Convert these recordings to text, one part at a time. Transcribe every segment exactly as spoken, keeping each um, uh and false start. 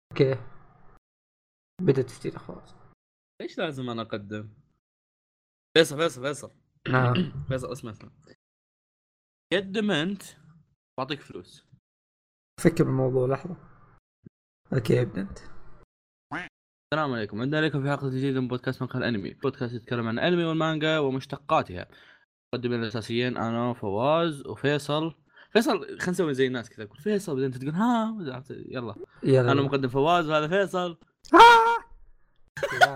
اوكي بدأت تشتري خلاص. ايش لازم انا اقدم؟ فيصل فيصل فيصل نعم. فيصل اسمع اسمع قدم انت بعطيك فلوس. فكر بالموضوع لحظة. اوكي ابدأ انت. السلام عليكم، عندنا لكم في حلقة جديدة من بودكاست مقهى الانمي، بودكاست يتكلم عن الانمي والمانجا ومشتقاتها. المقدمين الاساسيين انا فواز وفيصل. فيصل خلينا نسوي زي الناس كذا، كل فيصل بعدين انت تقول ها يلا. يلا انا مقدم فواز وهذا فيصل. لا.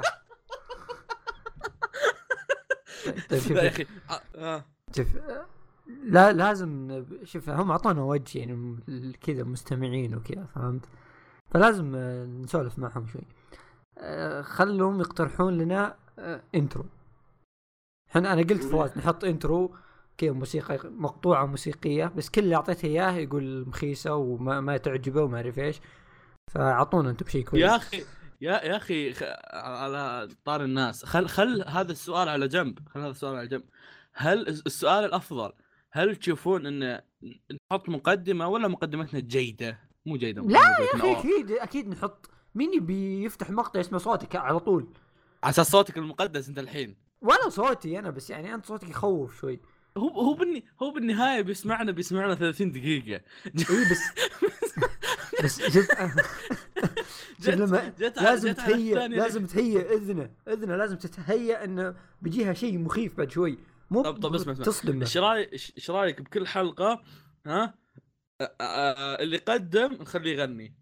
طيب شوف لا يا اخي آه. شوف لا لازم شوف هم اعطونا وجه يعني كذا مستمعين وكذا فهمت، فلازم نسولف معهم شوي. خلهم يقترحون لنا انترو. احنا انا قلت فواز نحط انترو كذا موسيقى مقطوعه موسيقيه، بس كل اللي اعطيته اياه يقول مخيسه وما ما تعجبه وما اعرف ايش، فاعطونا انتم بشيء كويس. يا اخي يا يا اخي خ... على طار الناس، خل خل هذا السؤال على جنب، خل هذا السؤال على جنب. هل السؤال الافضل هل تشوفون ان نحط مقدمه ولا مقدمتنا جيده مو جيده؟ لا يا اخي اكيد اكيد نحط. مين يبي يفتح مقطع اسمه صوتك على طول على اساس صوتك المقدس انت الحين؟ ولا صوتي انا بس، يعني انت صوتك يخوف شوي. هو هو بالني هو بالنهايه بيسمعنا بيسمعنا ثلاثين دقيقه. اي بس بس شوف شوف لما جت لازم جت على تهيئ الثانية لازم تهيئ اذنه اذنه لازم تتهيأ انه بيجيها شيء مخيف بعد شوي، مو طب طب اسمع اسمع تصدم. ايش رايك ايش رايك بكل حلقه ها أ- أ- أ- اللي يقدم نخليه يغني.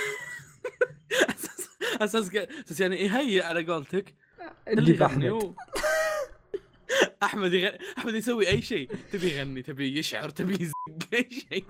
اساس اساس ك- اساس يعني يهيئ على قولتك اللي اللي يغني. احمد و... احمد يغني. احمد يسوي اي شيء، تبي يغني تبي يشعر تبي يزق اي شيء.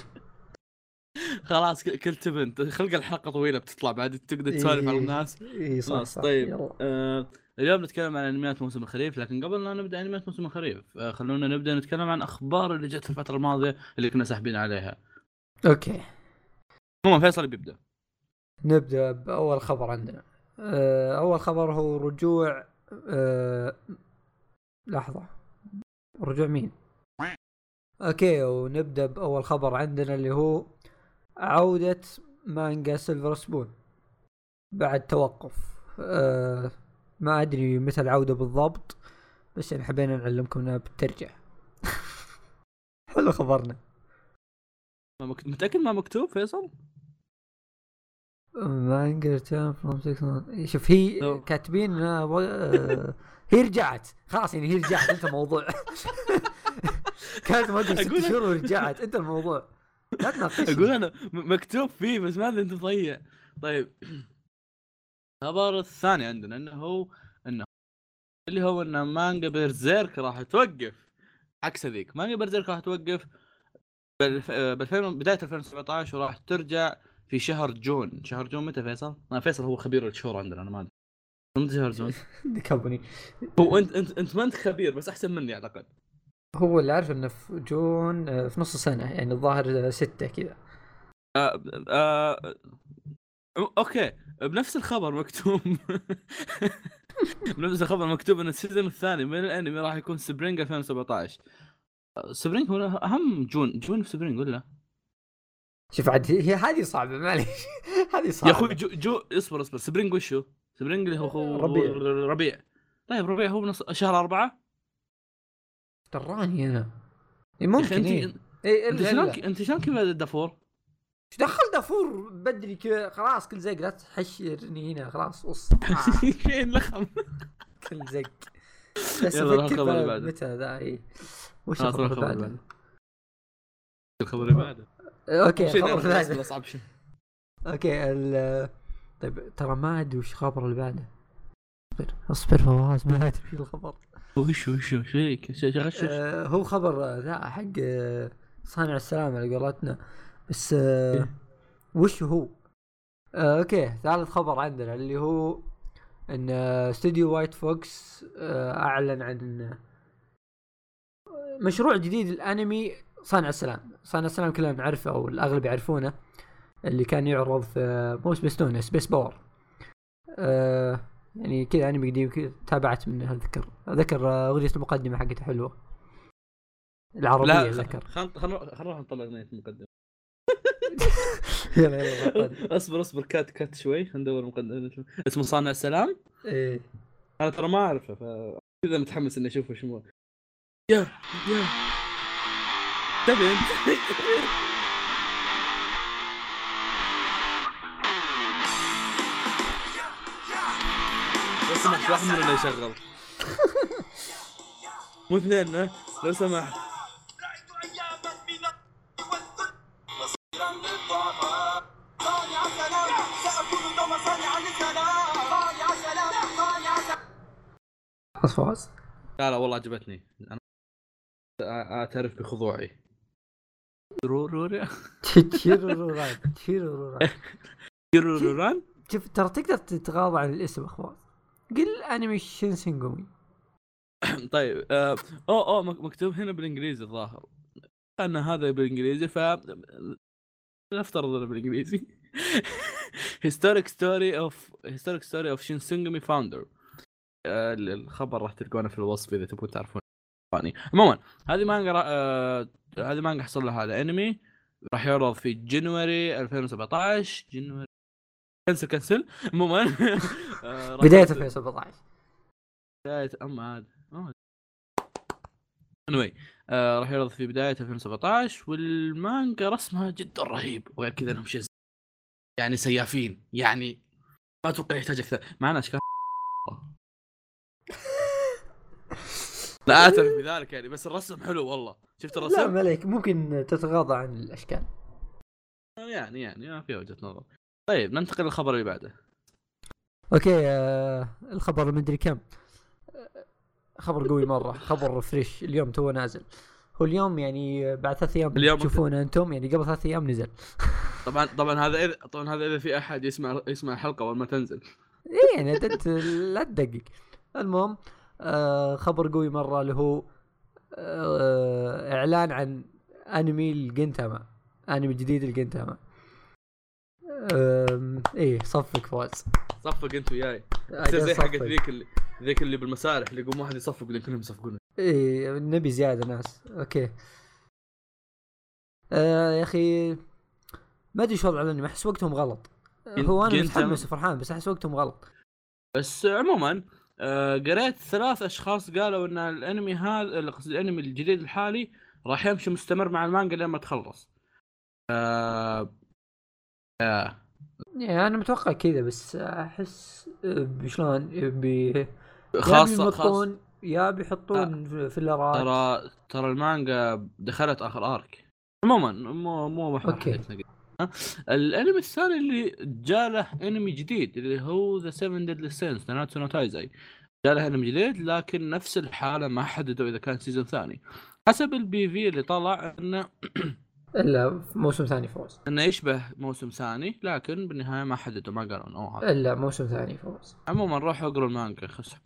خلاص ك- كل تبنت خلق الحلقه طويله بتطلع بعد تقدر تسولف على الناس. اي صح خلاص صح. طيب آه اليوم نتكلم عن انميات موسم الخريف، لكن قبل لا نبدا انميات موسم الخريف آه خلونا نبدا نتكلم عن اخبار اللي جت الفتره الماضيه اللي كنا ساحبين عليها. اوكي عموما فيصل بيبدا. نبدا باول خبر عندنا. أه اول خبر هو رجوع أه لحظه رجوع مين؟ اوكي ونبدا باول خبر عندنا اللي هو عوده مانجا سيلفر سبون بعد توقف. أه ما ادري متى العوده بالضبط، بس يعني حبينا نعلمكم انها بترجع. حلو خبرنا. ما مك... متاكد ما مكتوب فيصل؟ مانجا تايم فروم سيكس. شوف هي no. كاتبين أه هي رجعت خلاص، يعني هي رجعت انت الموضوع. كانت موقف ست شهور ورجعت انت الموضوع، لا تناقشني. اقول انا م- مكتوب فيه بس ما ادري انت مضيع. طيب الخبر الثاني عندنا انه هو انه اللي هو ان مانجا بيرزيرك راح توقف. عكس ذيك مانجا بيرزيرك راح توقف بالف... بالفيلم بدايه ألفين وسبعة عشر وراح ترجع في شهر جون. شهر جون متى فيصل؟ ما فيصل هو خبير الشهور عندنا، انا ما ادري متى شهر جون. كابوني هو انت انت انت ما انت خبير بس احسن مني اعتقد. هو اللي عارف انه في جون آه، في نص سنه، يعني الظاهر ستة كذا. آه آه اوكي بنفس الخبر مكتوب. بنفس الخبر مكتوب ان السيزون الثاني من الانمي راح يكون سبرينج ألفين وسبعة عشر. سبرينج هو اهم جون جون في سبرينج ولا؟ شوف عاد هي هذه صعبه معليش. هذه صعبه يا اخوي جو, جو اصبر اصبر سبرينج وشو؟ سبرينج اللي هو, هو ربيع. ربيع. طيب ربيع هو بنص شهر أربعة. تراني انا ممكن انت ايه ايه انت شلون انت شلون كذا الدافور؟ ايش دخل دافور بدري كذا خلاص كل زق لا تحشرني هنا خلاص قص. فين لخم كل زق بس يلا افكر الخبر اللي بعده. متى ذا ايه وش آه، الخبر الخبر اللي اللي بعده؟ الخبر اللي بعده اوكي شيء الخبر اللي نعرف بعده. اصعب شيء. اوكي ال طيب ترى ما ادري وش الخبر اللي بعده. اصبر اصبر فواز ما ادري وش الخبر. وش وش وش فيك شغش؟ آه هو خبر ذا حق آه صانع السلام على قولتنا، بس آه وش هو؟ آه اوكي ثالث خبر عندنا اللي هو ان استوديو وايت فوكس آه اعلن عن مشروع جديد الانمي صانع السلام. صانع السلام كلنا نعرفه او الاغلب يعرفونه، اللي كان يعرض في مو سبيستون سبيس باور. آه يعني كذا انمي قديم كذا تابعت منه. اذكر اذكر اغنيه المقدمه حقته حلوه العربيه. ذكر خل خل خل نروح نطلع اغنيه المقدمه. يلا يلا مقدمة. اصبر اصبر كات كات شوي ندور مقدمة. اسمه صانع السلام. ايه انا ترى ما اعرفه فكذا متحمس اني اشوفه شو. يا يا تبي انت لو سمحت واحد مننا يشغل مو اثنين لو سمحت. فواز. لا لا والله عجبتني انا اعترف بخضوعي. رورورا تشيروران تشيروران روروران. شوف ترى تقدر تتغاضى عن الاسم اخوان. قل انمي شينسينغومي. طيب آه، اوه اوه مكتوب هنا بالانجليزي الظاهر ان هذا بالانجليزي ف نفترض انه بالانجليزي. historic story of historic story of Shinsengumi founder. آه الخبر راح تلقونه في الوصف اذا تبغون تعرفون. عموما هذه مانجا آه هذه مانجا حصل لها هذا انمي راح يعرض في جنوري ألفين وسبعطعش. جنوري كنسل كنسل عموما. آه بداية ألفين وسبعطعش. بداية اما هذا anyway آه راح يعرض في بداية ألفين وسبعطعش والمانجا رسمها جدا رهيب وغير كذا انهم شيء يعني سيافين يعني ما اتوقع يحتاج اكثر معنا اشكال. لا اعترف بذلك يعني بس الرسم حلو والله. شفت الرسم؟ لا ملك ممكن تتغاضى عن الاشكال يعني يعني ما في وجهة نظر. طيب ننتقل للخبر اللي بعده. اوكي آه الخبر مدري كم خبر قوي مره. خبر فريش اليوم تو نازل. هو اليوم يعني بعد ثلاث ايام تشوفونه انتم يعني قبل ثلاث ايام نزل. طبعا طبعا هذا إذا طبعا هذا اذا في احد يسمع يسمع الحلقه اول ما تنزل. ايه يعني انت لا تدقق. المهم آه خبر قوي مره اللي هو آه اعلان عن انمي الجنتاما. انمي جديد الجنتاما. آه ايه صفق فواز. صفق انت وياي زي حقت ذيك اللي ذيك اللي بالمسارح اللي يقوم واحد يصفق اللي كلهم يصفقون. ايه نبي زياده ناس. اوكي آه يا اخي ما ادري شو وضع الانمي. احس وقتهم غلط. هو انا متحمس وفرحان بس احس وقتهم غلط. بس عموما آه قريت ثلاث اشخاص قالوا ان الانمي هذا الانمي الجديد الحالي راح يمشي مستمر مع المانجا لين ما تخلص. آه آه. يعني انا متوقع كذا بس احس بشلون بي خاصه خاصه يا بيحطون آه. فيلرات. ترى ترى المانجا دخلت اخر ارك. عموما مو مو محدثنا. الانمي الثاني اللي جاله انمي جديد اللي هو ذا سفن ديدلي سينز ناناتسو نو تايزاي. جاله انمي جديد لكن نفس الحاله ما حددوا اذا كان سيزون ثاني. حسب البي في اللي طلع انه الا موسم ثاني فوز. انه يشبه موسم ثاني لكن بالنهايه ما حددوا ما قالوا انه هذا الا موسم ثاني فوز. عموما روحوا اقروا المانجا خس.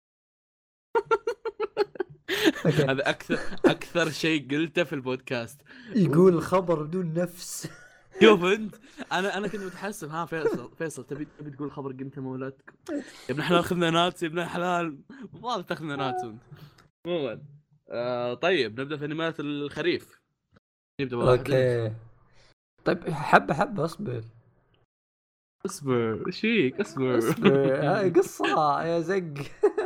هذا اكثر اكثر شيء قلته في البودكاست. يقول الخبر بدون نفس. شوف انت انا انا كنت متحسب ها فيصل فيصل تبي تبي تقول خبر قلت مولاتكم يا ابن الحلال اخذنا ناتس يا ابن الحلال والله تاخذنا ناتس انت. عموما آه طيب نبدا في انميات الخريف. نبدا بواحد. اوكي طيب حبه حبه اصبر اصبر ايش فيك اصبر اصبر قصه يا زق.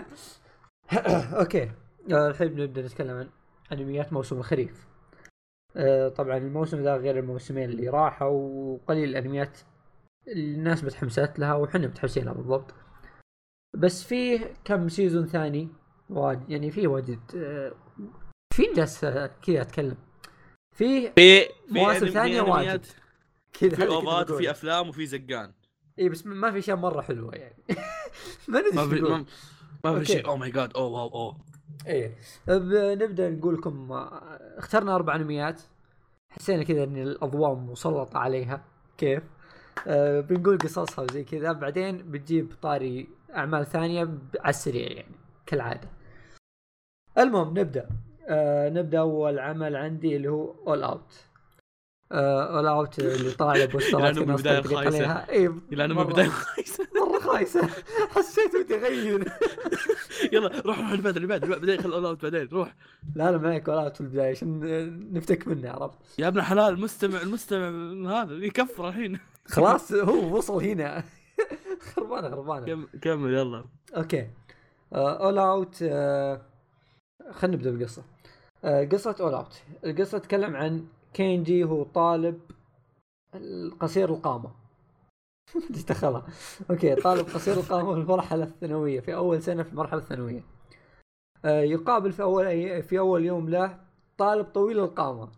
اوكي الحين نبدا نتكلم عن انميات موسم الخريف. آه طبعا الموسم ذا غير الموسمين اللي راحوا وقليل الانميات الناس متحمسات لها وحنا متحمسين لها بالضبط. بس فيه كم سيزون ثاني واجد يعني فيه واجد آه في جالس كذا اتكلم فيه في مواسم ثانيه واجد كذا في اوفات وفي افلام وفي زقان. اي بس ما في شيء مره حلوه يعني. ما ندري ما في ما, ما في شيء. اوه ماي جاد اوه واو اوه ايه نبدا نقول لكم اخترنا اربع انميات حسينا كذا ان الاضواء مسلطه عليها كيف أه بنقول قصصها وزي كذا بعدين بتجيب طاري اعمال ثانيه على السريع يعني كالعاده. المهم نبدا أه نبدا اول عمل عندي اللي هو اول اوت. اول اوت اللي طالع بوسترات لانه من البدايه خايسه. اي لانه من البدايه خايسه مره خايسه. حسيت بدي اغير يلا روح روح اللي بعد اللي بعد اللي بعدين خل اول بعدين روح. لا لا معك ولا في البدايه عشان نفتك منه عرفت. يا ابن الحلال المستمع المستمع هذا يكفر الحين. خلاص هو وصل هنا. خربانه خربانه. كم كمل يلا. اوكي اول اوت. خلينا نبدا بالقصه. آه، قصه اول اوت. القصه تتكلم عن كينجي، هو طالب قصير القامه. ايش دخلها؟ اوكي طالب قصير القامه في المرحله الثانويه، في اول سنه في المرحله الثانويه. آه، يقابل في اول أي... في اول يوم له طالب طويل القامه.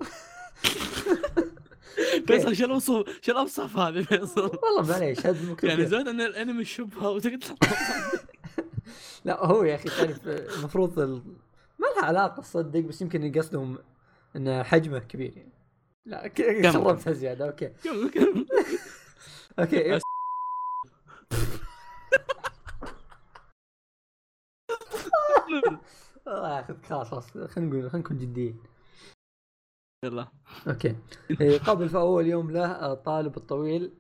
فيصل شو الوصف شو الاوصاف هذه فيصل؟ والله معليش هذا مكتوب يعني فيها. زود ان الانمي شبهه وتقدر. لا هو يا اخي تعرف المفروض ال... ما لها علاقه تصدق، بس يمكن قصدهم ان حجمه كبير يعني. لا ك- شربتها زياده. اوكي كم كم اوكي أس- الله ياخذ خلاص خلاص خلينا نقول خلينا نكون جديين. يلا اوكي يقابل في اول يوم له آه، طالب الطويل.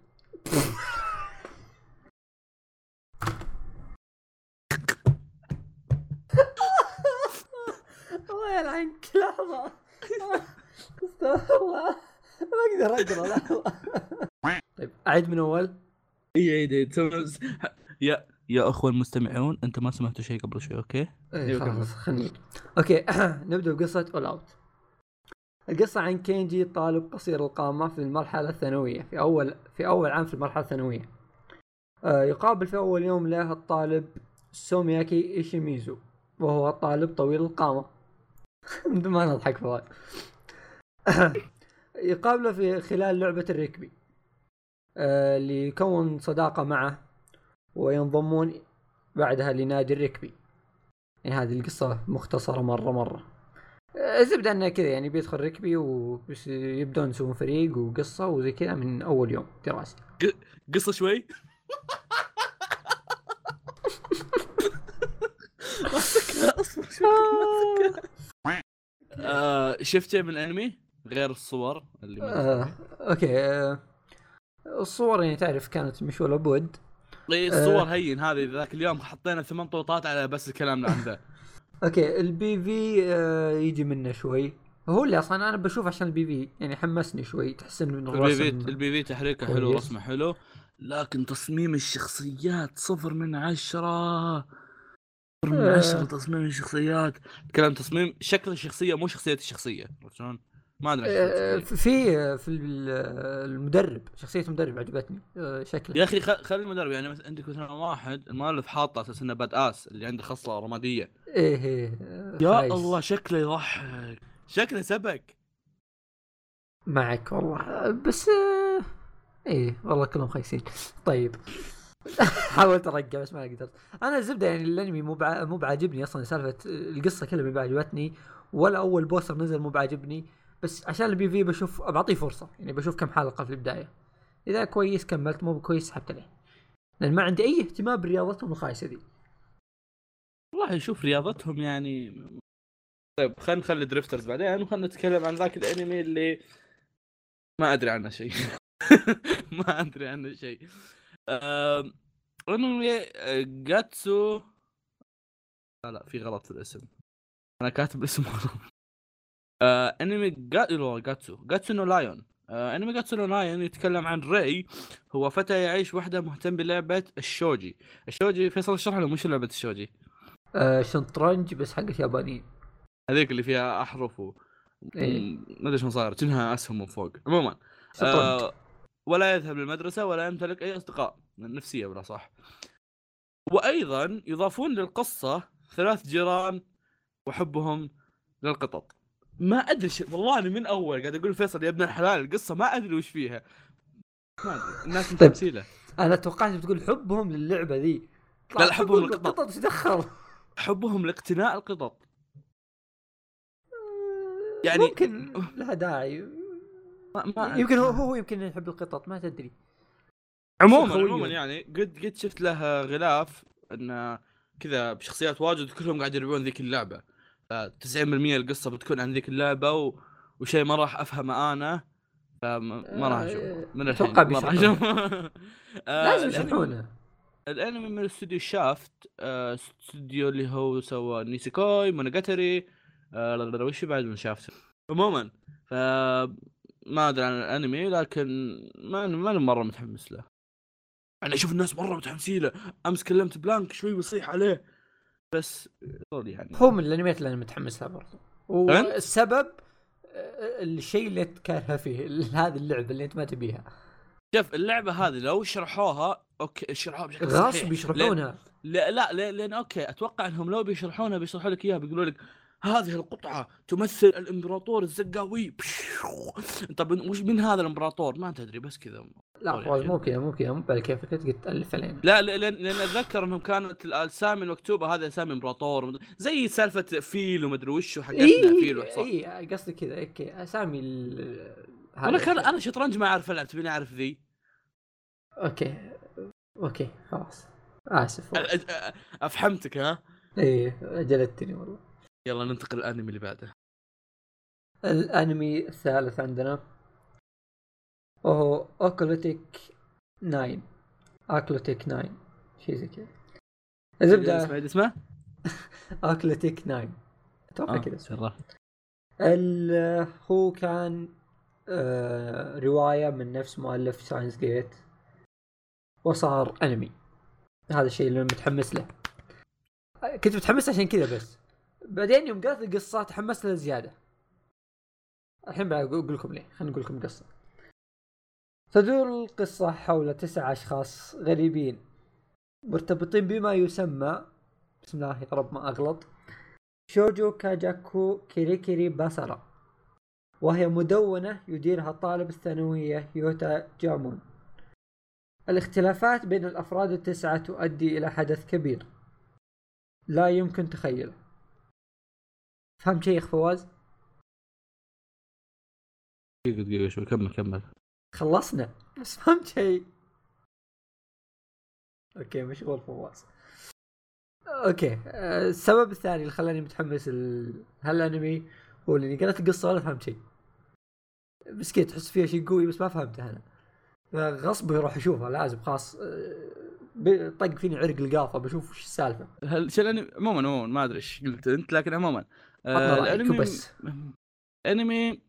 الله يلعنك لحظه. استغفر الله ما اقدر اقرا لحظه. طيب اعيد من اول. اي اي اي يا يا اخوة المستمعون انت ما سمعتوا شيء قبل شوي اوكي؟ ايه خلاص خلينا اوكي. نبدا بقصه اول اوت. القصه عن كينجي طالب قصير القامه في المرحله الثانويه، في اول في اول عام في المرحله الثانويه. آه يقابل في اول يوم له الطالب سومياكي ايشيميزو، وهو طالب طويل القامه. ما نضحك فواز. يقابله في خلال لعبه الركبي آه ليكون صداقه معه، وينضمون بعدها لنادي الركبي. يعني هذه القصة مختصرة مرة مرة. الزبدة انه كذا يعني بيدخل ركبي ويبدون يسوون فريق وقصة وزي كذا من اول يوم دراسي. قصة شوي. آه شفت شيء من الانمي غير الصور اللي آه، اوكي آه، الصور يعني تعرف كانت مش ولا بود. اي الصور هين هذه ذاك اليوم حطينا ثمان طوطات على بس كلامنا عن ذا. اوكي البي في آه يجي منه شوي. هو اللي اصلا انا بشوف عشان البي في يعني حمسني شوي، تحس ان البي في الرسم البي في تحريكه كويس. حلو رسمه حلو، لكن تصميم الشخصيات صفر من عشرة. صفر من عشرة تصميم الشخصيات. كلام تصميم شكل الشخصية مو شخصية الشخصية شلون ما ادري آه، ايش في في المدرب شخصية المدرب عجبتني آه، شكله. يا اخي خ- خلي المدرب يعني مثلا عندك مثلا واحد المؤلف حاطه اساس انه باد اس اللي عنده خصله رماديه. ايه ايه آه، يا خايس. الله شكله يضحك شكله سبك معك والله بس آه، ايه والله كلهم خايسين. طيب حاولت ارجع بس ما قدرت. انا الزبده يعني الانمي مو بع... مو بعاجبني اصلا، سالفه القصه كلها مو بعجبتني، ولا اول بوستر نزل مو بعجبني. بس عشان البي في بشوف بعطيه فرصه، يعني بشوف كم حلقه في البدايه، اذا كويس كملت، مو كويس سحبت عليه، لان ما عندي اي اهتمام برياضتهم الخايسه دي. والله يشوف رياضتهم يعني. طيب خلينا نخلي دريفترز بعدين وخلينا نتكلم عن ذاك الانمي اللي ما ادري عنه شيء. ما ادري عنه شيء. أم... انمي جاتسو. لا لا في غلط في الاسم، انا كاتب اسم غلط. آه، انمي جا... جاتسو جاتسو نو لايون. آه، انمي جاتسو نو لايون يتكلم عن ري، هو فتى يعيش وحده مهتم بلعبه الشوجي. الشوجي فيصل اشرح له مش لعبه الشوجي. آه شطرنج بس حق يابانيين، هذيك اللي فيها احرف و ايه ما ادري شو صاير كأنها اسهم من فوق. عموما شطرنج. آه ولا يذهب للمدرسه ولا يمتلك اي اصدقاء نفسيه ولا صح. وايضا يضافون للقصه ثلاث جيران وحبهم للقطط. ما ادري ش... والله انا من اول قاعد اقول فيصل يا ابن الحلال القصه ما ادري وش فيها، ما ادري الناس طيب. متمثيله. انا توقعت بتقول حبهم للعبه ذي. لا لا حبهم للقطط. القطط ايش دخل؟ حبهم لاقتناء القطط يعني ممكن لها داعي. ما ما يمكن هو هو يمكن يحب القطط ما تدري. عموما خويه. عموما يعني قد قد شفت له غلاف انه كذا بشخصيات واجد كلهم قاعد يلعبون ذيك اللعبه، فتسعين بالمية القصه بتكون عن ذيك اللعبه و... وشيء ما راح افهمه انا، فما ما راح اشوفه من الحين. اتوقع ما راح بيشرحونه. اشوفه. لازم يشرحونه. الانمي من استوديو شافت، آه، استوديو اللي هو سوى نيسيكوي مونوجاتري، آه، وش بعد من شافت عموما. ف ما ادري عن الانمي، لكن ما ما مره متحمس له. انا اشوف الناس مره متحمسين له. امس كلمت بلانك شوي بصيح عليه، بس يعني هو من الانميات اللي انا متحمس لها برضه، انت والسبب آه، الشيء اللي تكره فيه هذه اللعبه اللي انت ما تبيها. شوف اللعبه هذه لو شرحوها اوكي شرحوها بشكل غصب صحيح، يشرحونها. لا لا لأن, لان اوكي اتوقع انهم لو بيشرحونها بيشرحوا لك اياها، بيقولوا لك هذه القطعه تمثل الامبراطور الزقاوي. طب وش من هذا الامبراطور؟ ما تدري، بس كذا. لا فواز مو كذا مو كذا مو بالكيف كنت تالف علينا. لا لان لان اتذكر انهم كانت الاسامي المكتوبه هذا اسامي امبراطور، زي سالفه فيل ومدري وش وحقتنا اي فيل وحصان. اي قصدي كذا اوكي اسامي ال... ولا كان انا شطرنج ما اعرف العب، تبيني اعرف ذي. اوكي اوكي خلاص اسف أ- أ- افهمتك ها. ايه جلدتني والله. يلا ننتقل للانمي اللي بعده. الانمي الثالث عندنا وهو اوكلوتيك ناين. اوكلوتيك ناين شيء زي كذا. الزبده اسمه اسمه اوكلوتيك ناين اتوقع آه كذا. سره. ال هو كان آه روايه من نفس مؤلف ساينس جيت وصار انمي. هذا الشيء اللي متحمس له. كنت متحمس عشان كذا، بس بعدين يوم قرأت القصة تحمست لها زيادة. الحين بقول لكم ليه. خلينا نقول لكم قصة. تدور القصة حول تسع أشخاص غريبين مرتبطين بما يسمى، بسم الله يا رب ما أغلط، شوجو كاجاكو كيريكيري باسارا، وهي مدونة يديرها طالب الثانوية يوتا جامون. الاختلافات بين الأفراد التسعة تؤدي إلى حدث كبير لا يمكن تخيله. فهمت شيء فواز؟ دقيقة دقيقة شوي، كمل كمل. خلصنا بس فهمت شيء. اوكي مشغول فواز. اوكي أه السبب الثاني اللي خلاني متحمس ال... هالانمي هو اللي قرأت القصة ولا فهمت شيء. بس كده تحس فيها شيء قوي بس ما فهمته انا، فغصب يروح اشوفها لازم خلاص. أه طق فيني عرق القافة بشوف وش السالفة. هل شو الانمي عموما عموما ما ادري ايش قلت انت، لكن عموما عطنا آه رأيك الانمي وبس. انمي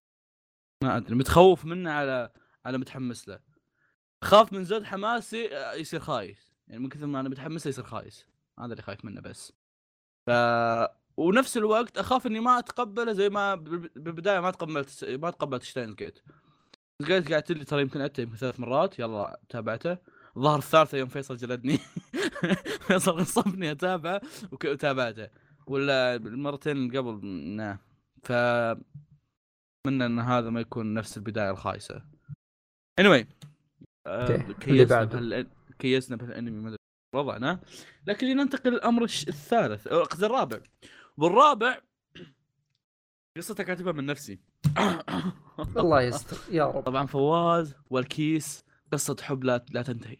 ما ادري، متخوف منه على على متحمس له. خاف من زود حماسي آه، يصير خايس، يعني من كثر ما انا متحمس يصير خايس. هذا اللي خايف منه بس. ف ونفس الوقت اخاف اني ما اتقبله زي ما بالبدايه ما تقبلت ما تقبلت شتاين جيت. قلت قاعد لي ترى يمكن اتى يمكن ثلاث مرات، يلا تابعته. الظاهر الثالثه يوم فيصل جلدني فيصل غصبني اتابعه وتابعته، ولا المرتين اللي قبل نعم. ف اتمنى ان هذا ما يكون نفس البدايه الخايسه. anyway آه كيسنا بهال كيسنا بهالانمي ما ادري وضعنا، لكن ننتقل للامر الثالث قصدي الرابع. والرابع قصته كاتبها من نفسي. الله يستر يا رب. طبعا فواز والكيس قصة حب لا لا تنتهي.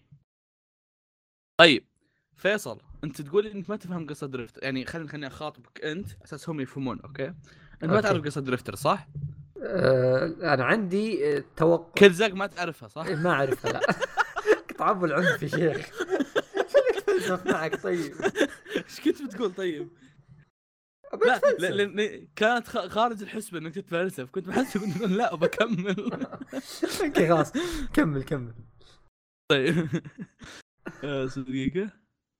طيب فيصل انت تقول انك ما تفهم قصة دريفتر، يعني خليني خليني اخاطبك انت اساس هم يفهمون. اوكي انت أوكي. ما تعرف قصة دريفتر صح؟ أه انا عندي توقع. كرزاق ما تعرفها صح؟ ما اعرفها لا. قطعب العنف يا شيخ. خليك تفلسف معك. طيب ايش كنت بتقول؟ طيب لا لان كانت خارج الحسبة انك تتفلسف، كنت بحسب انه لا بكمل. اوكي خلاص كمل كمل. طيب دقيقة.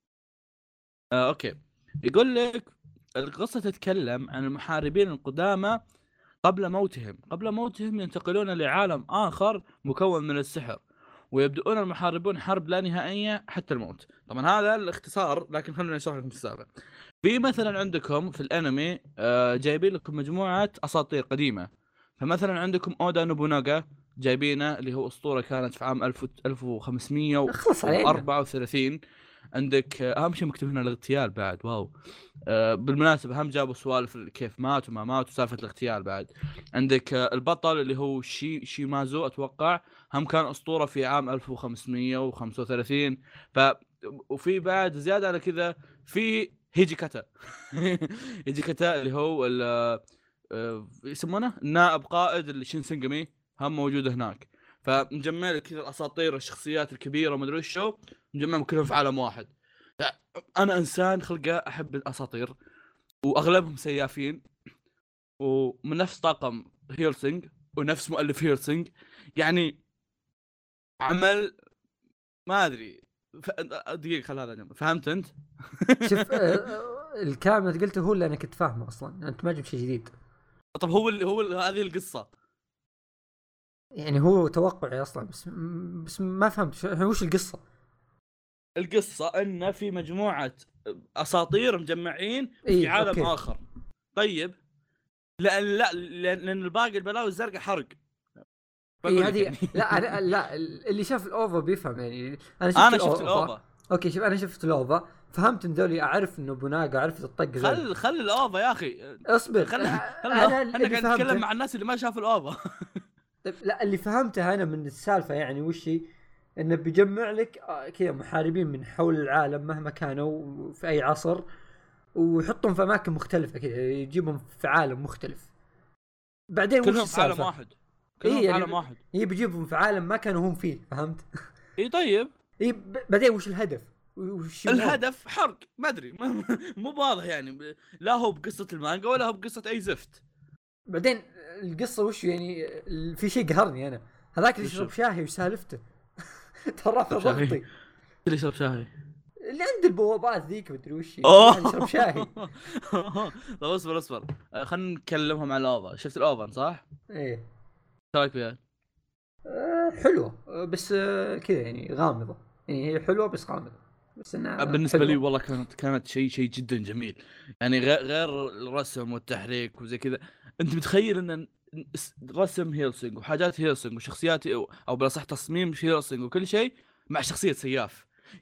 آه، اوكي يقول لك القصة تتكلم عن المحاربين القدامى قبل موتهم قبل موتهم ينتقلون لعالم آخر مكون من السحر، ويبدأون المحاربون حرب لا نهائية حتى الموت. طبعا هذا الاختصار، لكن خلونا نشرح لكم السالفة. في مثلا عندكم في الانمي آه جايبين لكم مجموعة اساطير قديمة. فمثلا عندكم اودا نوبوناغا جايبينه اللي هو اسطورة كانت في عام ألف وخمسمية وأربعة وثلاثين. عندك اهم شيء مكتوب هنا الاغتيال بعد، واو. آه بالمناسبة هم جابوا سوالف كيف مات وما مات وسالفة الاغتيال بعد. عندك آه البطل اللي هو شي شيمازو اتوقع هم كان اسطورة في عام ألف وخمسمية وخمسة وثلاثين. ف وفي بعد زيادة على كذا في هيجي كاتا. هيجي كاتا اللي هو ال يسمونه نائب قائد الشينسينغامي هم موجود هناك. فمجمع لك كذا الاساطير الشخصيات الكبيره وما ادري شو، مجمعهم كلهم في عالم واحد. انا انسان خلقه احب الاساطير، واغلبهم سيافين ومن نفس طاقم هيلسينج ونفس مؤلف هيلسينج، يعني عمل ما ادري ف... دقيقه خل هذا جنب. فهمت انت؟ شوف آه، الكلام اللي قلته هو اللي انا كنت فاهمه اصلا، انت ما جبت شيء جديد. طب هو اللي هو اللي هذه القصه يعني هو توقعي اصلا، بس بس ما فهمت شو- وش القصه. القصه ان في مجموعه اساطير مجمعين في إيه عالم أوكي. اخر. طيب لان لا لان لأن الباقي البلاوي الزرقاء حرق. اي بقول لك هذه يعني. لا أنا لا اللي شاف الاوفا بيفهم يعني. انا شفت انا شفت الأوفا. الاوفا. اوكي شوف انا شفت الاوفا، فهمت ان ذولي، اعرف انه بناقه، اعرف الطق ذولي. خل خل الاوفا يا اخي. اصبر خل خل انا انا اللي قاعد اتكلم فهمته. مع الناس اللي ما شافوا الاوفا. طيب لا اللي فهمته انا من السالفه يعني وش هي، انه بيجمع لك آه، كذا محاربين من حول العالم مهما كانوا في اي عصر، ويحطهم في اماكن مختلفه كذا، يجيبهم في عالم مختلف. بعدين وش كلهم في عالم السالفه؟ واحد. كلهم إيه في يعني عالم واحد. هي بيجيبهم في عالم ما كانوا هم فيه، فهمت؟ اي طيب اي ب- بعدين وش الهدف؟ وش يبغون؟ الهدف حرق ما ادري مو واضح يعني، لا هو بقصه المانجا ولا هو بقصه اي زفت. بعدين القصه وش يعني؟ في شيء قهرني انا، هذاك اللي وشو؟ يشرب شاهي وسالفته ترى رافع شاهي؟ ضغطي. اللي يشرب شاي. اللي عند البوابات ذيك مدري وش هي، اوه واحد يشرب شاهي. طب اصبر اصبر آه، خلينا نكلمهم على الاوفا. شفت الاوفا صح؟ ايه ايش رايك فيها؟ آه حلوه آه، بس آه كذا يعني غامضه، يعني هي حلوه بس غامضه، بس انها بالنسبه حلوة. لي والله كانت كانت شيء شيء جدا جميل. يعني غير غير الرسم والتحريك وزي كذا. انت متخيل ان رسم هيلسينج وحاجات هيلسينج وشخصيات او, أو بالاصح تصميم هيلسينج وكل شيء مع شخصيه سياف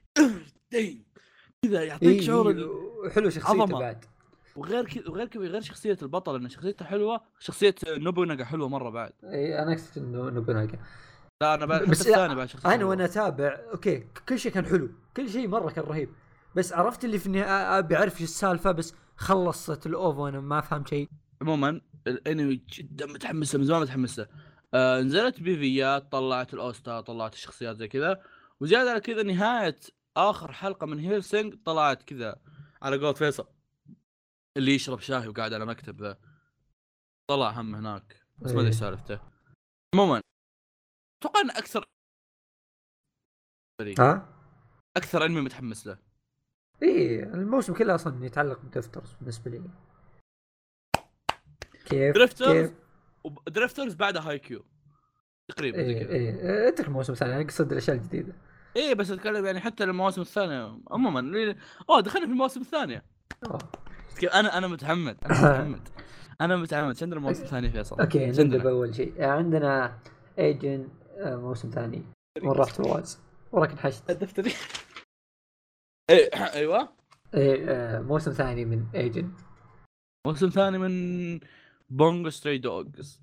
كذا يعطيك ايه شعور إيه حلو شخصيته العظمه. بعد. وغير كذا وغير كذا غير شخصيه البطل ان شخصيته حلوه. شخصيه نوبوناغا حلوه مره بعد. ايه انا اقصد انه نوبوناغا. لا انا بعد حتى بس الثاني بعد شخصيه انا حلوة. وانا اتابع اوكي كل شيء كان حلو، كل شيء مره كان رهيب، بس عرفت اللي في النهايه ابي اعرف ايش السالفه، بس خلصت الاوفا وانا ما فهمت شيء. عموما الانمي جدا متحمس له من زمان متحمس له. آه نزلت بيفيات، طلعت الاوستا، طلعت الشخصيات زي كذا، وزياده على كذا نهايه اخر حلقه من هيلسينج طلعت كذا على قول فيصل اللي يشرب شاي وقاعد على مكتب ذا، طلع هم هناك بس ما ادري إيه. سالفته. عموما اتوقع ان اكثر ها اكثر انمي متحمس له. ايه الموسم كله اصلا يتعلق بدفترز بالنسبه لي. كيف دريفترز كيف ودريفترز بعدها هاي كيو تقريبا زي ايه كذا. ايه اترك الموسم الثاني، انا اقصد الاشياء الجديده. ايه بس اتكلم يعني حتى المواسم الثانيه عموما اللي... اوه دخلنا في المواسم الثانيه. أوه. كيف انا انا متحمد انا متحمد انا متحمد. عندنا موسم ثاني فيصل. اوكي إيش عندنا؟ نبدا باول شيء عندنا ايجن موسم ثاني، وين رحت فواز وراك انحشت. الدفتري ايه ايوه ايه آه، موسم ثاني من ايجن. موسم ثاني من بونغو ستري دوغز.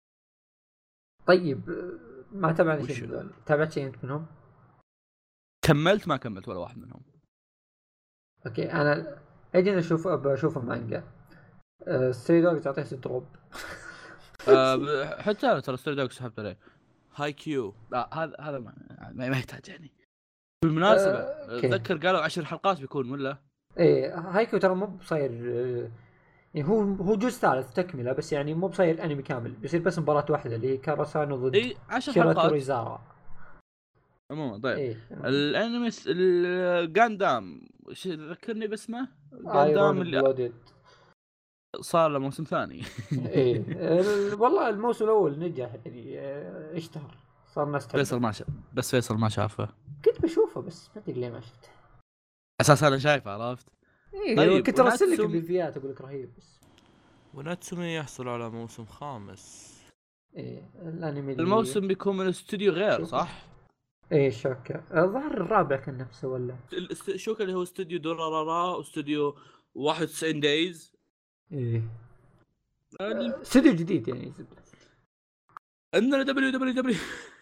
طيب آه، ما تابعنا شيء وشو؟ من ذول، تابعت شيء انت منهم؟ كملت ما كملت ولا واحد منهم. اوكي انا ايجن اشوف بشوفه مانجا. أه ستري دوغز اعطيته دروب. آه حتى أنا ترى ستري دوغز سحبت عليه. هاي كيو لا هذا هذا ما, ما يحتاج يعني. بالمناسبة أه اتذكر قالوا عشر حلقات بيكون ولا؟ ايه هايكو ترى مو بصير آه، يعني هو هو جزء ثالث تكمله، بس يعني مو بصير انمي كامل، بيصير بس مباراة واحدة اللي هي كاراسانو ضد اي عشر شيراتو حلقات ريزارا. عموما. طيب ايه الانمي الجاندام ش- ذكرني باسمه. ايرون جاندام اللي بلودد. صار له موسم ثاني. ايه ال- والله الموسم الاول نجح يعني آه، اشتهر، صار ناس تحبه. فيصل ما شاف بس فيصل ما شافه. كنت بشوفه بس ما ادري ليه ما شفته. اساس انا شايفه عرفت. ايه طيب، كنت ارسل لك وناتسوم- البيفيات اقول لك رهيب بس. وناتسومي يحصل على موسم خامس. ايه الانمي اللي الموسم بيكون من استوديو غير شوف. صح؟ ايه شوكة الظاهر الرابع كان نفسه ولا الاست- شوك اللي هو استوديو دورارارا واستوديو واحد وتسعين دايز. ايه استوديو جديد يعني زبدة. عندنا دبليو دبليو دبليو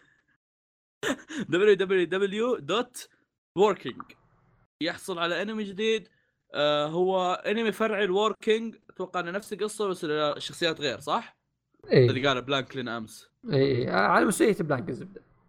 دبليو دبليو دبليو دوت ووركينج يحصل على انمي جديد. آه هو انمي فرعي الوركينج، اتوقع انه نفس القصه بس الشخصيات غير صح؟ ايه اللي قال بلانكلين امس. ايه على مسؤولية بلانك الزبدة.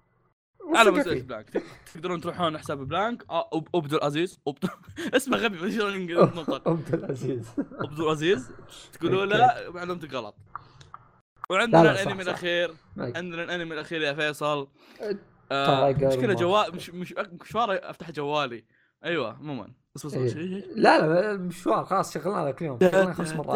على وثق مستوى فيه. بلانك تق- تقدرون تروحون حساب بلانك آه، أب- ابدو العزيز ابدو اسمه غبي ما شلون ينطق عبد العزيز. ابدو العزيز تقولوا أوكي. لا معلومتك غلط. لا وعندنا لا، صح، الانمي صح. الاخير معك. عندنا الانمي الاخير يا فيصل. أه، آه تايجر مشكلة ماسك. جوال مش مش مشوار افتح جوالي. ايوه عموما بس بس إيه. شيء لا لا، المشوار خلاص شغلنا ذاك اليوم، شغلنا خمس مرات.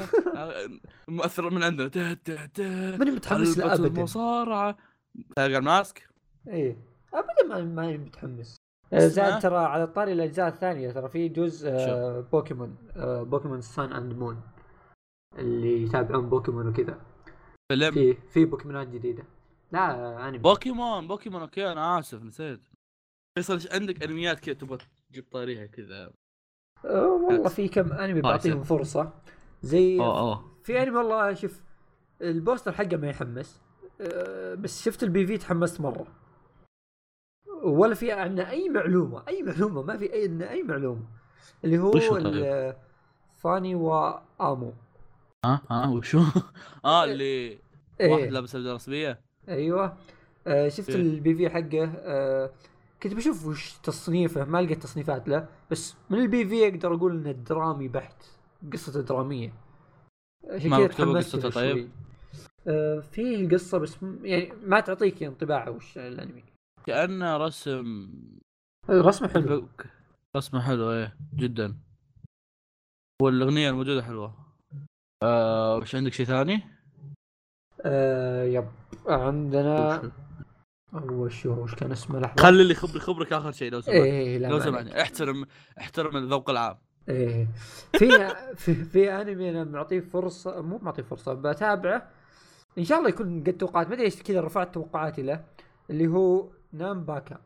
مؤثر من عندنا تا تا تا ماني متحمس له حلبة ابدا. المصارعة تايجر ماسك. ايه ابدا ما ماني متحمس. آه، زاد اسمه؟ ترى على طاري الاجزاء الثانيه، ترى في جزء آه، شو؟ بوكيمون آه، بوكيمون سان اند مون اللي يتابعون بوكيمون وكذا. فيلم في في بوكيمونات جديده. لا آه، انمي. بوكيمون بوكيمون اوكي انا اسف نسيت. فيصل ايش عندك انميات كذا تبغى تجيب طاريها كذا؟ آه، والله في كم انمي بعطيهم فرصه زي اه اه في انمي والله شوف البوستر حقه ما يحمس، آه، بس شفت البي في تحمست مره، ولا في عندنا اي معلومه اي معلومه ما في اي عندنا اي معلومه اللي وشو هو طيب؟ ال- فاني وامو. ها ها وشو؟ اه اللي واحد ايه لابس بدله رسميه. ايوه. آه شفت إيه. البي في حقه، آه كنت بشوف وش تصنيفه، ما لقيت تصنيفات له، بس من البي في اقدر اقول انه درامي بحت، قصته دراميه، عشان ما كذا مكتوبة تحمست قصته له طيب؟ شوي. آه فيه القصه بس م- يعني ما تعطيك انطباع وش الانمي. كأنه رسم رسمه حلو. رسمه حلو ايه جدا، والاغنيه الموجوده حلوه. آه وش عندك شيء ثاني؟ آه يب عندنا وش اول شو وش كان اسمه لحظه. خلي اللي خبر خبرك اخر شيء لو سمحت. ايه لا لو ما عليك. سمحت احترم احترم الذوق العام. ايه في في في انمي انا معطيه فرصه، مو معطيه فرصه بتابعه ان شاء الله يكون قد توقعات، ما ادري ايش كذا رفعت توقعاتي له، اللي هو نام باكا.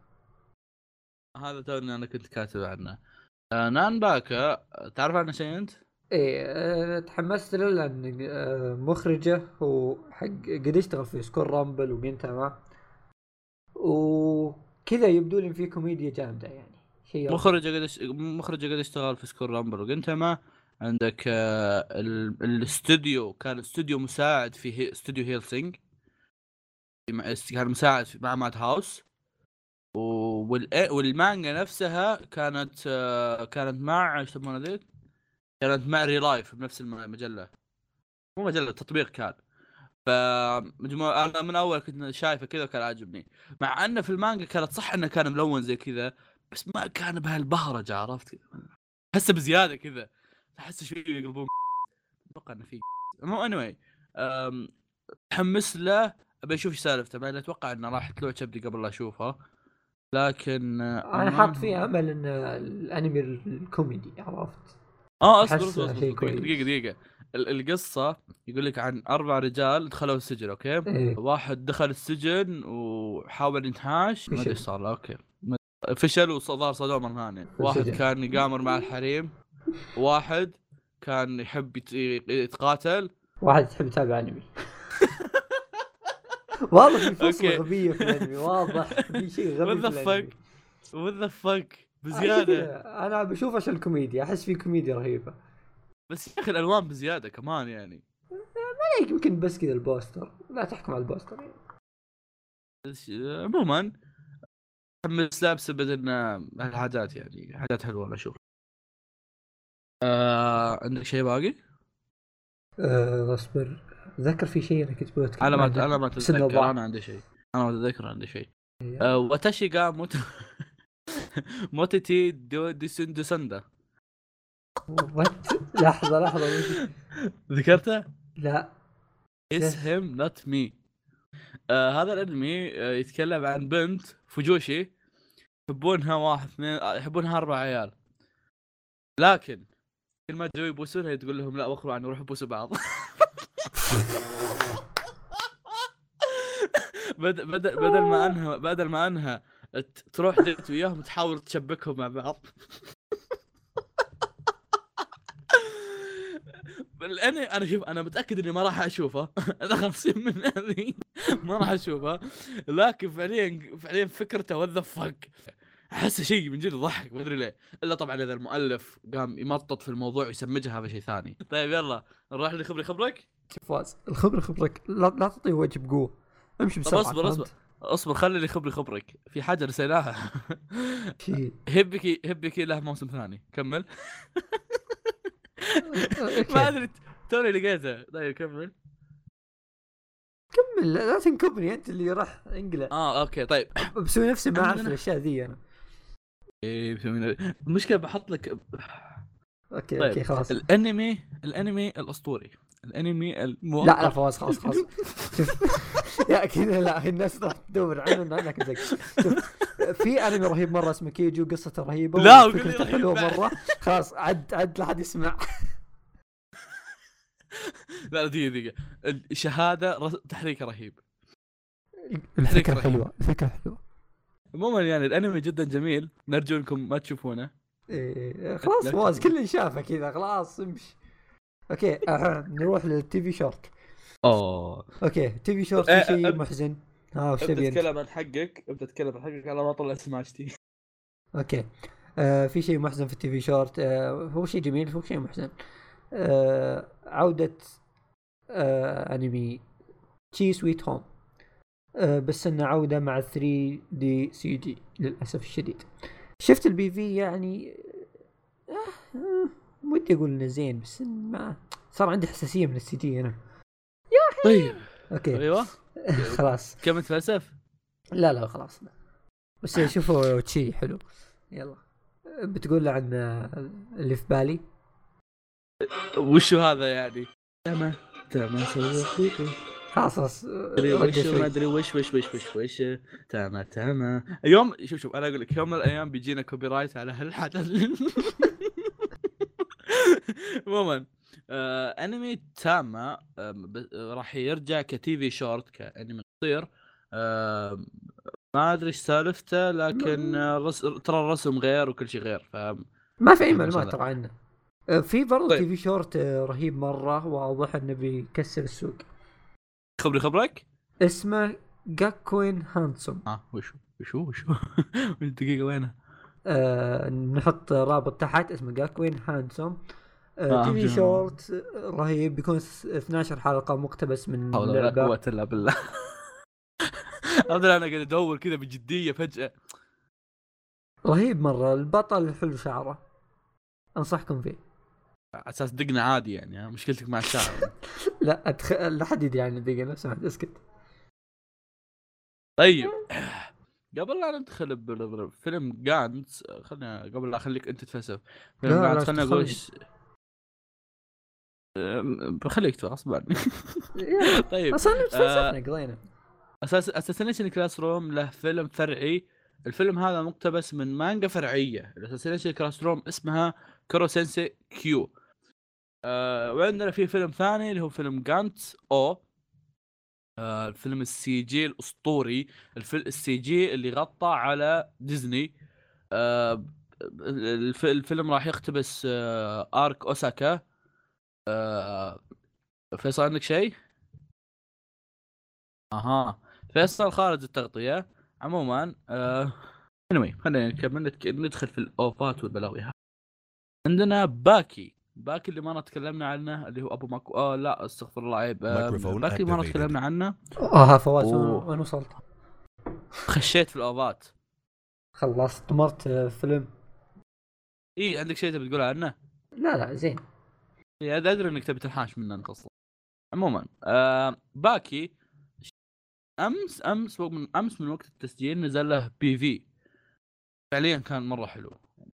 هذا توني انا كنت كاتب عنه. آه نان باكا تعرف عنه شيء انت؟ ايه أه تحمست له لان أه مخرجه هو حق قد يشتغل في سكور رامبل وجنتاما، وكذا يبدو لي في كوميديا جامده يعني شيء مخرج قد يش... مخرج قد يشتغل في سكور رامبل وقنتما. عندك آه ال... الاستوديو كان استوديو مساعد في هي... استوديو هيلسينج، كان مساعد في مع ماد هاوس. وال... والمانجا نفسها كانت آه كانت مع ايش يسمونها ذيك، كانت مع ريلايف بنفس المجله، مو مجله تطبيق كان. فمجموعة انا من اول كنت شايفه كذا كان عاجبني، مع انه في المانجا كانت صح انه كان ملون زي كذا بس ما كان بهالبهرجه، عرفت؟ حسه بزياده كذا، احس شوي يقلبون. اتوقع انه في مو اني واي تحمس له، ابي اشوف ايش سالفته. بعدين اتوقع انه راح تلوع كبدي قبل لا اشوفه، لكن انا حاط فيه امل ان الانمي الكوميدي، عرفت؟ اه اصبر أحس اصبر شيء اصبر كويس. دقيقه دقيقه. ال- القصه يقول لك عن اربع رجال دخلوا السجن اوكي. إيه. واحد دخل السجن وحاول ينتحاش، ما ادري ايش فشل. صار له. اوكي ما- فشل وصار صدوه مره ثانيه. واحد السجن. كان يقامر مع الحريم، واحد كان يحب يت- يتقاتل، واحد تحب تتابع انمي. واضح في فصل أوكي. غبية في الانمي، واضح في شيء غبي What في the الانمي. fuck؟ What the fuck عشان بزياده. كذا انا بشوف عشان الكوميديا، احس في كوميديا رهيبة. بس يا اخي الالوان بزياده كمان يعني. ما يمكن بس كذا البوستر، لا تحكم على البوستر يعني. بس- عموما متحمس له بسبب ان الحاجات يعني حاجات حلوه انا اشوف. آه عندك شيء باقي؟ أه اصبر ذكر في شيء انا كنت بتكلم انا ما عنه. انا ما بس إنه اتذكر، ضاع. انا عندي شيء، انا ما اتذكر عندي شيء. آه واتاشي غا موت موتيتي دو ديسون دوسندا. وات لحظة لحظة وش... ذكرته؟ لا It's him not me. آه هذا الانمي آه يتكلم عن بنت فوجوشي يحبونها واحد اثنين يحبونها اربع عيال، لكن كل ما جو يبوسونها تقول لهم لا وخروا عني وروحوا بوسوا بعض. بدل بدل بدل ما انها بدل ما انها ت- تروح ديت وياهم تحاول تشبكهم مع بعض. الانمي انا شوف انا متاكد اني ما راح اشوفه. انا خمسين من هذه ما راح اشوفه، لكن فعليا فعليا فكرته وذ فك احس شيء من جد ضحك ما ادري ليه، الا طبعا اذا المؤلف قام يمطط في الموضوع ويسمجها هذا شيء ثاني. طيب يلا نروح لخبري خبرك. فاز الخبرة خبرك، لا لا تعطيه وجه بقوه، امشي بسرعة. اصبر اصبر فهمت؟ اصبر خلي لي خبري خبرك في حاجه نسيناها. شي. هبكي هبكي له موسم ثاني كمل. ما اوكي ادري توني لقيته. طيب كمل. كمل، لا تنكبني انت اللي راح انقلع. اه اوكي طيب. بسوي نفسي ما اعرف عندنا- الاشياء ذي انا. ايه بسوي- المشكله بحط لك. اوكي طيب اوكي خلاص. الانمي الانمي الاسطوري الانمي المؤقت. لا لا فواز خلاص خلاص. شوف يا كذا لا الناس راح تدور عنه عنك زي شوف في انمي رهيب مره اسمه كيجو، قصته رهيبه لا، وقول لي وفكرته رهيب حلوه بعد. مره. خلاص عد عد لا حد يسمع. لا دقيقه دقيقه. الشهاده رس... تحريك رهيب. الفكره رهيب. حلوه الفكره حلوه. عموما يعني الانمي جدا جميل، نرجو انكم ما تشوفونه. إيه خلاص لا فواز تشوف. كل شافه كذا خلاص امشي. اوكي أه نروح للتي في شورت. اوه اوكي تي في شورت إيه، في شيء أب- محزن. ها وش ابدا تبي انت؟ تتكلم عن حقك، ابدا تتكلم عن حقك على ما اطلع سماشتي. اوكي آه في شيء محزن في التي في شورت. آه هو شيء جميل هو شيء محزن. آه عودة آه انمي تشي سويت هوم. آه بس انه عودة مع ثري دي سي جي للاسف الشديد. شفت البي في يعني آه آه ودي اقول انه زين بس ما صار عندي حساسية من السي جي انا. طيب اوكي ايوه خلاص كم تفلسف. لا لا خلاص لا. بس شوفوا تشي حلو. يلا بتقول عن اللي في بالي. وشو هذا يعني؟ تمام تمام سويت خلاص خلاص ادري رجع وش ما شوي. ادري وش وش وش وش وش تمام تمام. يوم شوف شوف انا اقول لك يوم من الايام بيجينا كوبي رايت على هالحدث. عموما آه انمي تاما آه ب- راح يرجع كتي في شورت كانمي قصير. آه ما ادري ايش سالفته لكن آه رس... ترى الرسم غير وكل شيء غير ف ما في اي يعني معلومات مثلاً. ترى عنه. في برضو طيب. تي في شورت رهيب مره واضح انه بيكسر السوق. خبري خبرك. اسمه جاكوين هانسوم. اه وشو وشو وشو دقيقه وينه؟ أه نحط رابط تحت اسمه جاكوين هانسوم. أه آه، تي في فهمت. شورت رهيب بيكون اثنا عشر حلقه مقتبس من حول ولا لعبه. قوه الا بالله. هذا انا قاعد ادور كذا بجديه فجاه. رهيب مره البطل حلو شعره انصحكم فيه. على اساس دقنا عادي يعني ها؟ مشكلتك مع الشعر. لا أتخ... لا حد يدري عن الدقيقه لو سمحت اسكت. طيب قبل لا ندخل ب- بفيلم جانتس خلينا قبل لا اخليك انت تفلسف فيلم لا لا جانتس خليني اقول تدخلني. إيش- أم، بخليك تفهم غصب عني. يلا. طيب اصلا آه، تفلسفنا قضينا. اساس اساسنيشن كلاس روم له فيلم فرعي. الفيلم هذا مقتبس من مانجا فرعيه. الاساسنيشن كلاس روم اسمها كورو سensei كيو. آه وعندنا في فيلم ثاني اللي هو فيلم جانتس او آه الفيلم السي جي الاسطوري. الفيلم السي جي اللي غطى على ديزني. آه الف- الفيلم راح يقتبس آه ارك اوساكا. آه فيصل عندك شيء؟ اها فيصل خارج التغطيه. عموما آه anyway خلينا نكمل نتك- ندخل في الاوفات والبلاوي. عندنا باكي باكي اللي ما تكلمنا عنه اللي هو ابو ماكو. اه لا استغفر الله عيب. آه Microphone باكي اللي ما activated. تكلمنا عنه. اه فواز أوه. وين وصلت؟ خشيت في الاوفات. خلصت مرت فيلم. اي عندك شيء تبي تقول عنه؟ لا لا زين. إيه، ادري انك تبي تنحاش منه نقص. عموما آه باكي امس امس من امس من وقت التسجيل نزل له بي في. فعليا كان مره حلو.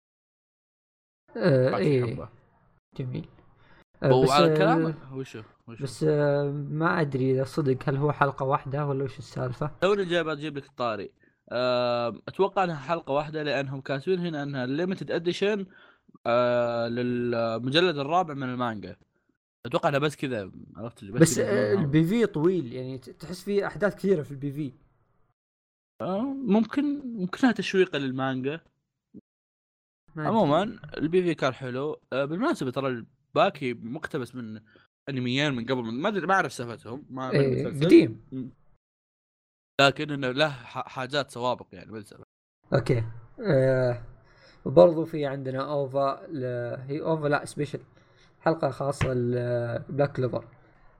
آه باكي ايه حبه. جميل. آه بس وعلى آه كلامه وشو وشو بس آه ما ادري اذا صدق هل هو حلقة واحدة ولا وش السالفة. توني جاي بجيب لك الطاري. آه اتوقع انها حلقه واحده لانهم كاتبين هنا انها ليميتد اديشن آه للمجلد الرابع من المانجا. اتوقع انها بس كذا عرفت بس, بس كذا آه ينزلونها. البي في طويل يعني ت- تحس فيه احداث كثيرة في البي في. آه ممكن ممكنها تشويقا للمانجا. ما أدري. عموما البي في كان حلو. آه بالمناسبه ترى الباكي مقتبس من انميين من قبل ما ادري ما اعرف سالفتهم ما ماني إيه متفلسف. قديم. لكن انه له ح- حاجات سوابق يعني بالسبب. اوكي آه وبرضو في عندنا اوفا ل... هي اوفا لا سبيشل حلقة خاصة لبلاك كلوفر.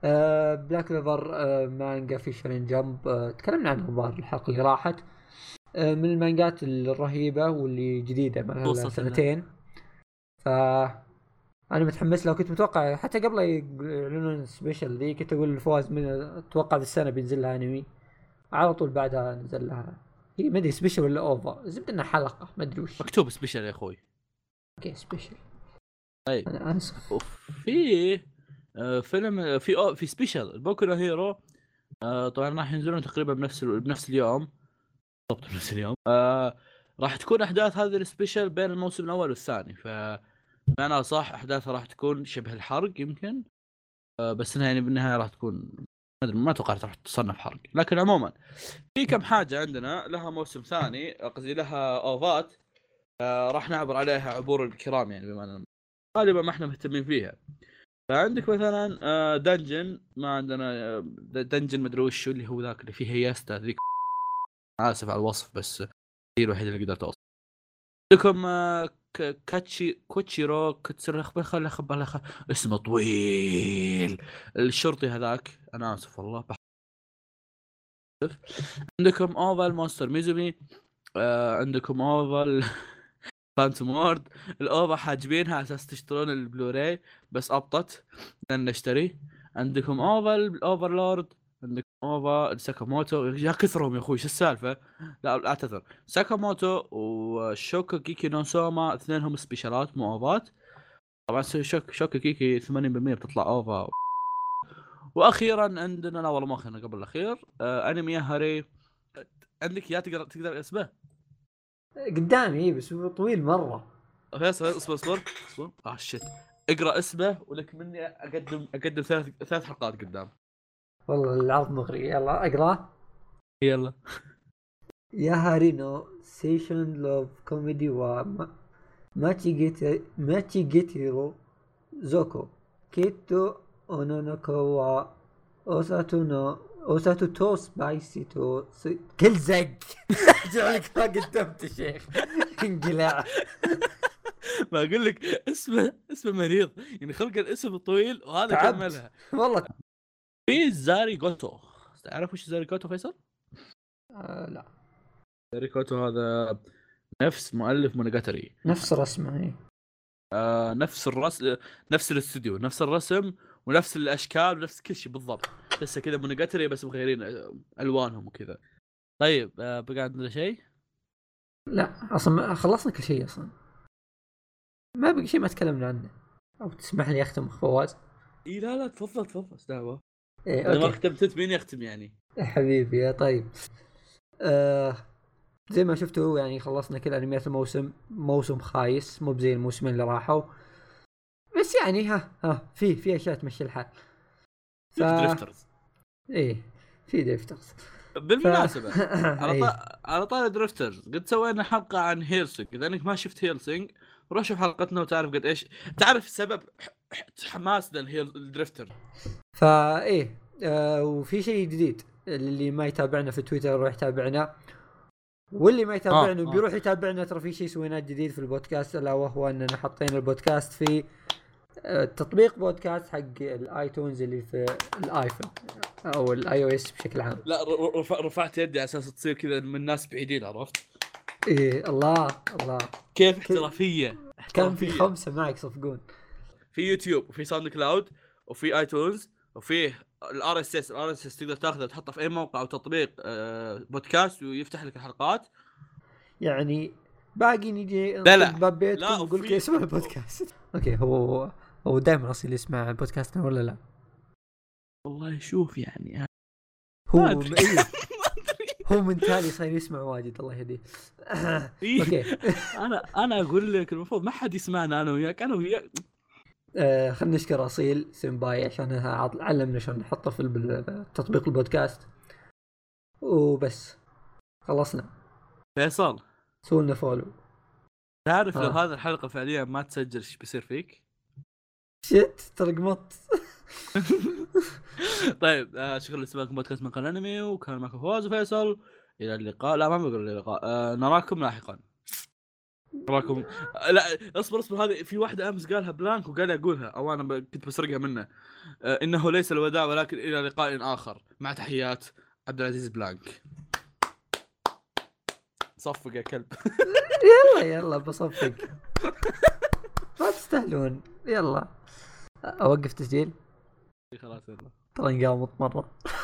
آه بلاك ليفر آه مانجا في شرين جمب، آه تكلمنا عنه الظاهر الحلقة اللي راحت. آه من المانجات الرهيبة واللي جديدة ما لها وصلت لنا. سنتين. ف انا متحمس له، كنت متوقع حتى قبل يعلنون سبيشل ذي كنت اقول الفواز من اتوقع السنة بينزل لها انمي، على طول بعدها نزل لها هي ما ادري سبيشل ولا اوفا، زبد انها حلقة ما ادري وش. مكتوب سبيشل يا اخوي. اوكي سبيشل. طيب انا اسف. وفي آه، فيلم في أو في سبيشل بوكو نو هيرو. آه، طبعا راح ينزلون تقريبا بنفس ال- بنفس اليوم بالضبط، بنفس اليوم. آه، راح تكون احداث هذا السبيشل بين الموسم الاول والثاني، ف معناها صح احداثها راح تكون شبه الحرق يمكن. آه، بس انها يعني بالنهايه راح تكون ما ادري، ما توقعت راح تصنف حرق، لكن عموما في كم حاجه عندنا لها موسم ثاني، قصدي لها اوفات. آه، راح نعبر عليها عبور الكرام يعني، بما ان غالبا ما احنا مهتمين فيها. فعندك مثلا آه، دنجن، ما عندنا آه، دنجن مدري وش اللي هو ذاك اللي فيه هياستا ذيك. اسف على الوصف بس هي الوحيده اللي قدرت اوصف. عندكم آه، ك- كاتشي كوتشيرو كتسر خبر خل خبر خل اسمه طويل، الشرطي هذاك، انا اسف والله بح- عندكم اوفال مونستر ميزومي. آه، عندكم اوفال فانتوم وورد. الاوفا حاجبينها على اساس تشترون البلوراي بس ابطت لن نشتري. عندكم اوفا الاوفرلورد. عندكم اوفا ساكاموتو، يا كثرهم يا اخوي شو السالفه. لا اعتذر، ساكاموتو وشوكو كيكي نون سوما اثنينهم سبيشالات مو اوفات. طبعا شوك شوكو كيكي ثمانين بالمية بتطلع اوفا. واخيرا عندنا، لا والله ما اخيرا قبل الاخير، آه انمي هاري. عندك يا تقدر تقدر اسمه قدامي بس هو طويل مرة. فيصل. اصبر اصبر اصبر اه شت. اقرا اسمه ولك مني اقدم اقدم ثلاث ثلاث حلقات قدام. والله العرض مغري، يلا اقرا. يلا. يا هارينو سيشن لوف كوميدي و ماتشي جيتي ماتشي جيتيرو زوكو كيتو اونونوكو و اوساتو نو اوساتو تو سبايسي تو سي... كل زق. جعلك ما قدمت يا شيخ. انقلع. ما اقول لك اسمه اسمه مريض يعني، خلق الاسم طويل وهذا تعبت كملها. والله. في زاري جوتو، تعرف وش زاري جوتو فيصل؟ آه لا، زاري جوتو هذا نفس مؤلف مونوجاتري. نفس رسمه هي. آه نفس الرسم، نفس الاستوديو، نفس الرسم ونفس الاشكال ونفس كل شيء بالضبط. بس كذا مونوجاتري بس مغيرين الوانهم وكذا. طيب آه بقى عندنا شيء؟ لا اصلا ما- خلصنا كل شيء اصلا، ما بقي شيء ما تكلمنا عنه. او تسمح لي اختم فواز؟ اي لا لا تفضل تفضل دعوه. إيه اذا ما اوكي ختمت مين يختم يعني؟ حبيبي يا طيب. آه زي ما شفتوا يعني خلصنا كل انميات الموسم، موسم خايس مو بزي الموسمين اللي راحوا، بس يعني ها ها في في اشياء تمشي الحال. ف... دريفترز. ايه في دريفترز. بالمناسبة ف... على إيه. طا... على طاري درفترز، قد سوينا حلقة عن هيلسنج. إذا أنك ما شفت هيلسنج روح شوف حلقتنا وتعرف قد إيش، تعرف سبب ح- ح- حماسنا الهيل الدرفتر. فا ايه آه وفي شيء جديد، اللي ما يتابعنا في تويتر يروح يتابعنا، واللي ما يتابعنا آه، آه. بيروح يتابعنا. ترى في شيء سويناه جديد في البودكاست، الا وهو اننا حطينا البودكاست في آه، تطبيق بودكاست حق الايتونز اللي في الايفون او الاي او اس بشكل عام. لا ر- رفع... رفعت يدي على أساس تصير كذا من الناس بعيدين، عرفت ايه الله الله. كيف احترافية كان في احترافية. خمسة معك يصفقون. في يوتيوب وفي ساوند كلاود وفي ايتونز وفي الار اس اس. الار اس اس تقدر تاخذه تحطه في اي موقع او تطبيق آه، بودكاست ويفتح لك الحلقات. يعني باقي نجي لا، لا. نطق باب لا، بيتكم ونقول لك وفي- اسمع البودكاست. اوكي هو هو دائما اصيل يسمع بودكاستنا ولا لا؟ والله شوف يعني هو ما أدري. إيه. هو من تالي صاير يسمع واجد الله يهديه. إيه. اوكي انا انا اقول لك المفروض ما حد يسمعنا انا وياك، انا وياك. آه خلينا نشكر اصيل سمباي عشان علمنا شلون نحطه في الب- تطبيق البودكاست وبس. خلصنا. فيصل سووا لنا فولو. تعرف لو آه. هذه الحلقه فعليا ما تسجل ايش بيصير فيك؟ شت ترى قمط. طيب آه شكرا لسماعكم بودكاست من قناه انمي، وكان معكم فواز وفيصل. الى اللقاء. لا ما بقول الى اللقاء، آه نراكم لاحقا. راكم. لا اصبر اصبر، هذه في واحده امس قالها بلانك وقال اقولها، او انا ب- كنت بسرقها منه. آه، انه ليس الوداع ولكن الى لقاء اخر، مع تحيات عبد العزيز بلانك. صفق يا كلب. يلا يلا بصفق. ما تستاهلون. يلا اوقف تسجيل. خلاص يلا. ترى انقامط مره.